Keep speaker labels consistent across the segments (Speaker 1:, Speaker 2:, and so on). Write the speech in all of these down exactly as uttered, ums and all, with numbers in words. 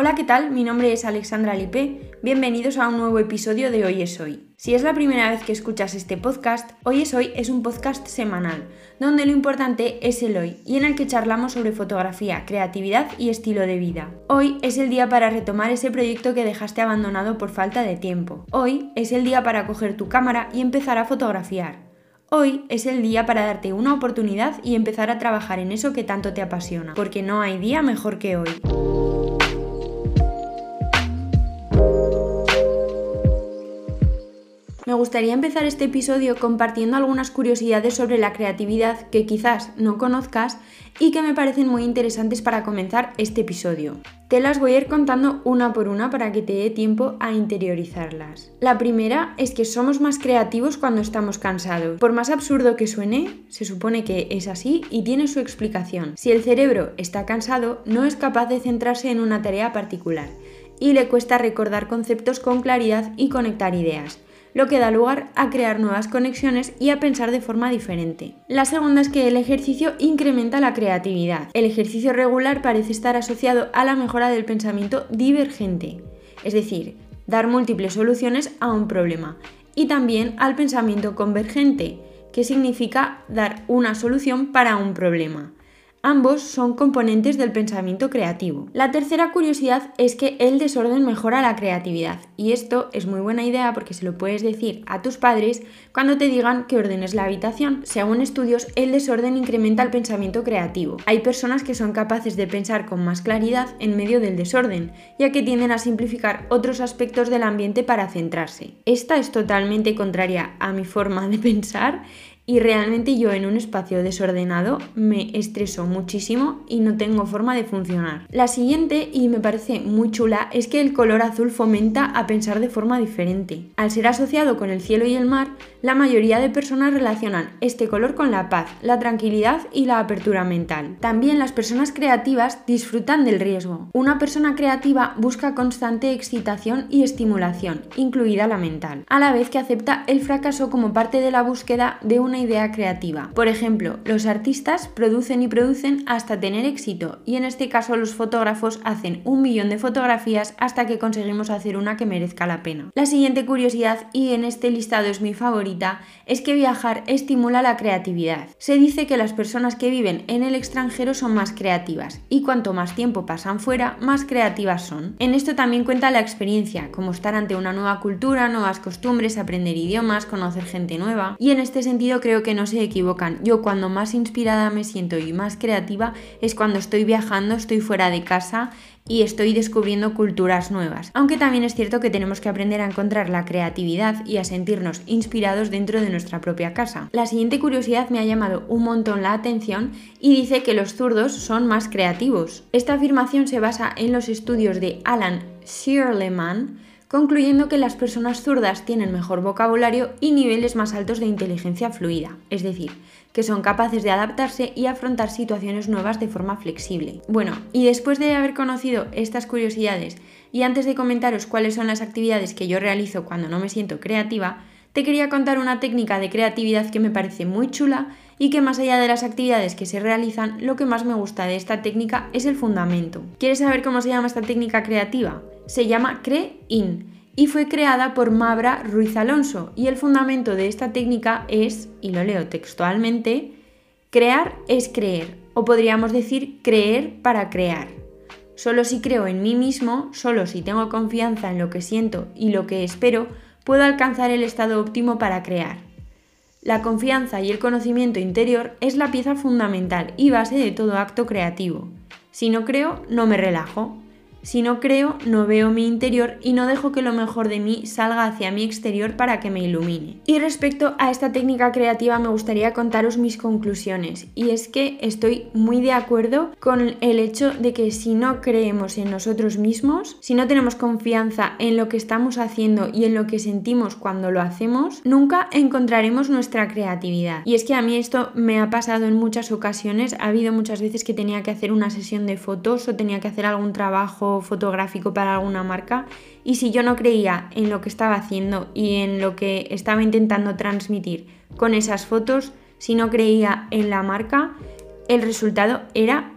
Speaker 1: Hola, ¿qué tal? Mi nombre es Alexandra Lipe. Bienvenidos a un nuevo episodio de Hoy es Hoy. Si es la primera vez que escuchas este podcast, Hoy es Hoy es un podcast semanal, donde lo importante es el hoy y en el que charlamos sobre fotografía, creatividad y estilo de vida. Hoy es el día para retomar ese proyecto que dejaste abandonado por falta de tiempo. Hoy es el día para coger tu cámara y empezar a fotografiar. Hoy es el día para darte una oportunidad y empezar a trabajar en eso que tanto te apasiona, porque no hay día mejor que hoy. Me gustaría empezar este episodio compartiendo algunas curiosidades sobre la creatividad que quizás no conozcas y que me parecen muy interesantes para comenzar este episodio. Te las voy a ir contando una por una para que te dé tiempo a interiorizarlas. La primera es que somos más creativos cuando estamos cansados. Por más absurdo que suene, se supone que es así y tiene su explicación. Si el cerebro está cansado, no es capaz de centrarse en una tarea particular y le cuesta recordar conceptos con claridad y conectar ideas, lo que da lugar a crear nuevas conexiones y a pensar de forma diferente. La segunda es que el ejercicio incrementa la creatividad. El ejercicio regular parece estar asociado a la mejora del pensamiento divergente, es decir, dar múltiples soluciones a un problema, y también al pensamiento convergente, que significa dar una solución para un problema. Ambos son componentes del pensamiento creativo. La tercera curiosidad es que el desorden mejora la creatividad, y esto es muy buena idea porque se lo puedes decir a tus padres cuando te digan que ordenes la habitación. Según estudios, el desorden incrementa el pensamiento creativo. Hay personas que son capaces de pensar con más claridad en medio del desorden, ya que tienden a simplificar otros aspectos del ambiente para centrarse. Esta es totalmente contraria a mi forma de pensar. Y realmente yo en un espacio desordenado me estreso muchísimo y no tengo forma de funcionar. La siguiente, y me parece muy chula, es que el color azul fomenta a pensar de forma diferente. Al ser asociado con el cielo y el mar, la mayoría de personas relacionan este color con la paz, la tranquilidad y la apertura mental. También las personas creativas disfrutan del riesgo. Una persona creativa busca constante excitación y estimulación, incluida la mental, a la vez que acepta el fracaso como parte de la búsqueda de una idea creativa. Por ejemplo, los artistas producen y producen hasta tener éxito, y en este caso los fotógrafos hacen un millón de fotografías hasta que conseguimos hacer una que merezca la pena. La siguiente curiosidad, y en este listado es mi favorita, es que viajar estimula la creatividad. Se dice que las personas que viven en el extranjero son más creativas, y cuanto más tiempo pasan fuera, más creativas son. En esto también cuenta la experiencia, como estar ante una nueva cultura, nuevas costumbres, aprender idiomas, conocer gente nueva, y en este sentido creo que no se equivocan. Yo cuando más inspirada me siento y más creativa es cuando estoy viajando, estoy fuera de casa y estoy descubriendo culturas nuevas. Aunque también es cierto que tenemos que aprender a encontrar la creatividad y a sentirnos inspirados dentro de nuestra propia casa. La siguiente curiosidad me ha llamado un montón la atención y dice que los zurdos son más creativos. Esta afirmación se basa en los estudios de Alan Sirleman, concluyendo que las personas zurdas tienen mejor vocabulario y niveles más altos de inteligencia fluida, es decir, que son capaces de adaptarse y afrontar situaciones nuevas de forma flexible. Bueno, y después de haber conocido estas curiosidades y antes de comentaros cuáles son las actividades que yo realizo cuando no me siento creativa, te quería contar una técnica de creatividad que me parece muy chula y que más allá de las actividades que se realizan, lo que más me gusta de esta técnica es el fundamento. ¿Quieres saber cómo se llama esta técnica creativa? Se llama Cre-In y fue creada por Mabra Ruiz Alonso, y el fundamento de esta técnica es, y lo leo textualmente, crear es creer, o podríamos decir creer para crear. Solo si creo en mí mismo, solo si tengo confianza en lo que siento y lo que espero, puedo alcanzar el estado óptimo para crear. La confianza y el conocimiento interior es la pieza fundamental y base de todo acto creativo. Si no creo, no me relajo. Si no creo, no veo mi interior y no dejo que lo mejor de mí salga hacia mi exterior para que me ilumine. Y respecto a esta técnica creativa me gustaría contaros mis conclusiones, y es que estoy muy de acuerdo con el hecho de que si no creemos en nosotros mismos, si no tenemos confianza en lo que estamos haciendo y en lo que sentimos cuando lo hacemos, nunca encontraremos nuestra creatividad. Y es que a mí esto me ha pasado en muchas ocasiones. Ha habido muchas veces que tenía que hacer una sesión de fotos o tenía que hacer algún trabajo fotográfico para alguna marca, y si yo no creía en lo que estaba haciendo y en lo que estaba intentando transmitir con esas fotos, si no creía en la marca, el resultado era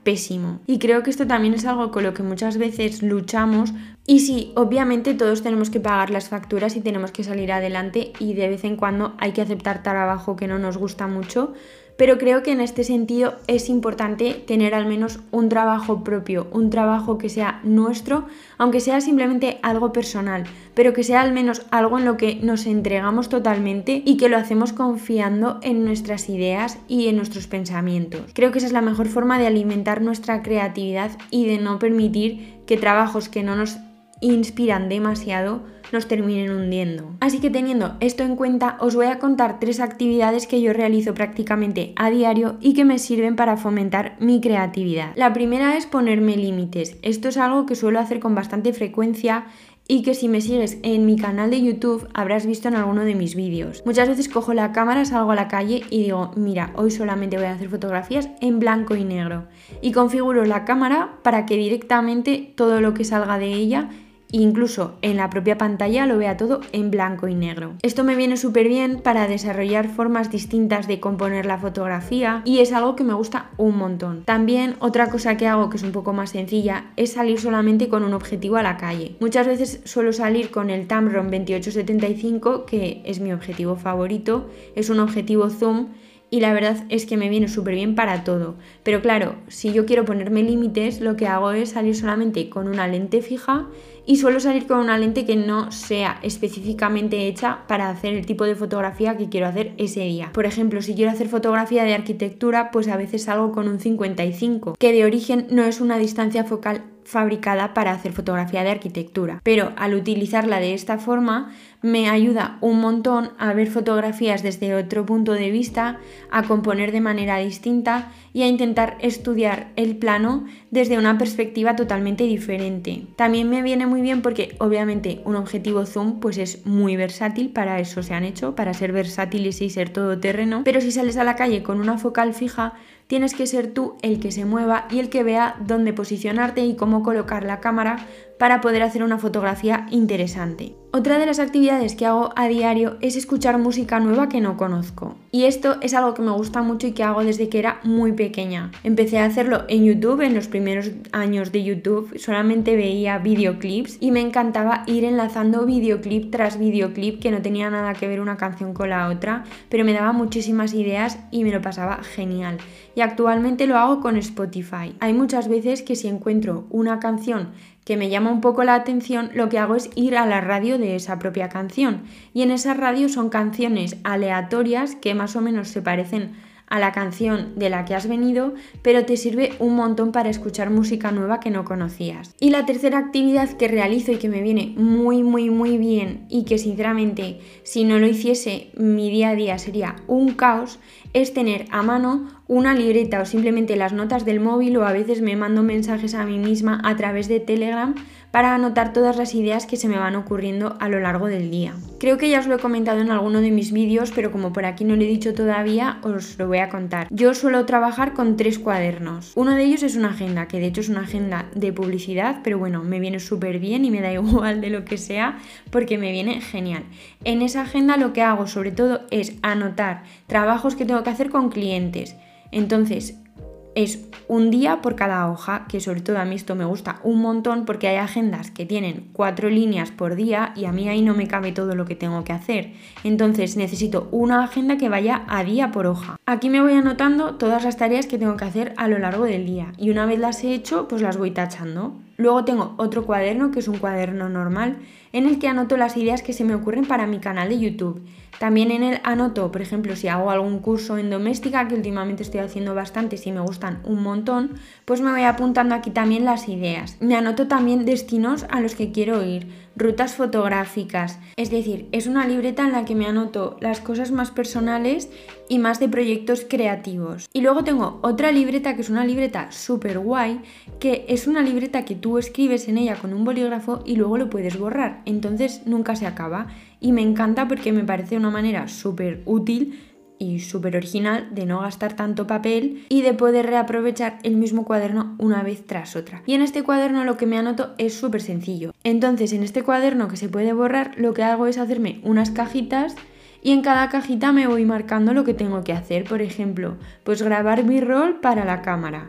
Speaker 1: pésimo. Y creo que esto también es algo con lo que muchas veces luchamos. Y sí, obviamente todos tenemos que pagar las facturas y tenemos que salir adelante y de vez en cuando hay que aceptar trabajo que no nos gusta mucho, pero creo que en este sentido es importante tener al menos un trabajo propio, un trabajo que sea nuestro, aunque sea simplemente algo personal, pero que sea al menos algo en lo que nos entregamos totalmente y que lo hacemos confiando en nuestras ideas y en nuestros pensamientos. Creo que esa es la mejor forma de alimentar nuestra creatividad y de no permitir que trabajos que no nos inspiran demasiado nos terminen hundiendo. Así que teniendo esto en cuenta, os voy a contar tres actividades que yo realizo prácticamente a diario y que me sirven para fomentar mi creatividad. La primera es ponerme límites. Esto es algo que suelo hacer con bastante frecuencia y que si me sigues en mi canal de YouTube habrás visto en alguno de mis vídeos. Muchas veces cojo la cámara, salgo a la calle y digo, mira, hoy solamente voy a hacer fotografías en blanco y negro. Y configuro la cámara para que directamente todo lo que salga de ella, incluso en la propia pantalla, lo vea todo en blanco y negro. Esto me viene súper bien para desarrollar formas distintas de componer la fotografía y es algo que me gusta un montón. También otra cosa que hago que es un poco más sencilla es salir solamente con un objetivo a la calle. Muchas veces suelo salir con el Tamron veintiocho setenta y cinco, que es mi objetivo favorito, es un objetivo zoom y la verdad es que me viene súper bien para todo. Pero claro, si yo quiero ponerme límites, lo que hago es salir solamente con una lente fija y suelo salir con una lente que no sea específicamente hecha para hacer el tipo de fotografía que quiero hacer ese día. Por ejemplo, si quiero hacer fotografía de arquitectura, pues a veces salgo con un cincuenta y cinco, que de origen no es una distancia focal fabricada para hacer fotografía de arquitectura, pero al utilizarla de esta forma me ayuda un montón a ver fotografías desde otro punto de vista, a componer de manera distinta y a intentar estudiar el plano desde una perspectiva totalmente diferente. También me viene muy bien porque obviamente un objetivo zoom pues es muy versátil, para eso se han hecho, para ser versátiles y ser todoterreno, pero si sales a la calle con una focal fija, tienes que ser tú el que se mueva y el que vea dónde posicionarte y cómo colocar la cámara para poder hacer una fotografía interesante. Otra de las actividades que hago a diario es escuchar música nueva que no conozco. Y esto es algo que me gusta mucho y que hago desde que era muy pequeña. Empecé a hacerlo en YouTube, en los primeros años de YouTube, solamente veía videoclips y me encantaba ir enlazando videoclip tras videoclip que no tenía nada que ver una canción con la otra, pero me daba muchísimas ideas y me lo pasaba genial. Y actualmente lo hago con Spotify. Hay muchas veces que si encuentro una canción que me llama un poco la atención, lo que hago es ir a la radio de esa propia canción. Y en esa radio son canciones aleatorias que más o menos se parecen a la canción de la que has venido, pero te sirve un montón para escuchar música nueva que no conocías. Y la tercera actividad que realizo y que me viene muy muy muy bien y que sinceramente si no lo hiciese mi día a día sería un caos, es tener a mano una libreta o simplemente las notas del móvil, o a veces me mando mensajes a mí misma a través de Telegram para anotar todas las ideas que se me van ocurriendo a lo largo del día. Creo que ya os lo he comentado en alguno de mis vídeos, pero como por aquí no lo he dicho todavía, os lo voy a contar. Yo suelo trabajar con tres cuadernos. Uno de ellos es una agenda, que de hecho es una agenda de publicidad, pero bueno, me viene súper bien y me da igual de lo que sea porque me viene genial. En esa agenda lo que hago sobre todo es anotar trabajos que tengo que hacer con clientes. Entonces, es un día por cada hoja, que sobre todo a mí esto me gusta un montón porque hay agendas que tienen cuatro líneas por día y a mí ahí no me cabe todo lo que tengo que hacer. Entonces necesito una agenda que vaya a día por hoja. Aquí me voy anotando todas las tareas que tengo que hacer a lo largo del día y una vez las he hecho, pues las voy tachando. Luego tengo otro cuaderno, que es un cuaderno normal, en el que anoto las ideas que se me ocurren para mi canal de YouTube. También en él anoto, por ejemplo, si hago algún curso en doméstica, que últimamente estoy haciendo bastantes y me gustan un montón, pues me voy apuntando aquí también las ideas. Me anoto también destinos a los que quiero ir, rutas fotográficas, es decir, es una libreta en la que me anoto las cosas más personales y más de proyectos creativos. Y luego tengo otra libreta que es una libreta súper guay, que es una libreta que tú escribes en ella con un bolígrafo y luego lo puedes borrar, entonces nunca se acaba y me encanta porque me parece una manera súper útil y súper original de no gastar tanto papel y de poder reaprovechar el mismo cuaderno una vez tras otra. Y en este cuaderno lo que me anoto es súper sencillo. Entonces en este cuaderno que se puede borrar, lo que hago es hacerme unas cajitas y en cada cajita me voy marcando lo que tengo que hacer. Por ejemplo, pues grabar B-roll para la cámara,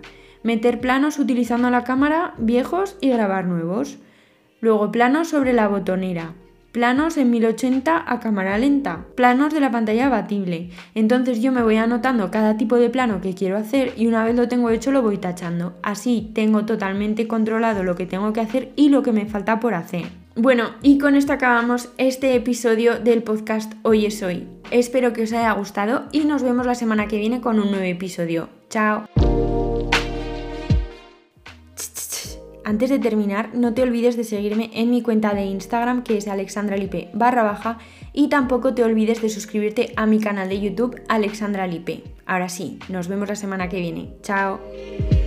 Speaker 1: meter planos utilizando la cámara viejos y grabar nuevos. Luego planos sobre la botonera, planos en mil ochenta a cámara lenta, planos de la pantalla abatible. Entonces yo me voy anotando cada tipo de plano que quiero hacer y una vez lo tengo hecho lo voy tachando. Así tengo totalmente controlado lo que tengo que hacer y lo que me falta por hacer. Bueno, y con esto acabamos este episodio del podcast Hoy es Hoy. Espero que os haya gustado y nos vemos la semana que viene con un nuevo episodio. ¡Chao! Antes de terminar, no te olvides de seguirme en mi cuenta de Instagram, que es alexandralipe barra baja, y tampoco te olvides de suscribirte a mi canal de YouTube, Alexandra Lipe. Ahora sí, nos vemos la semana que viene. ¡Chao!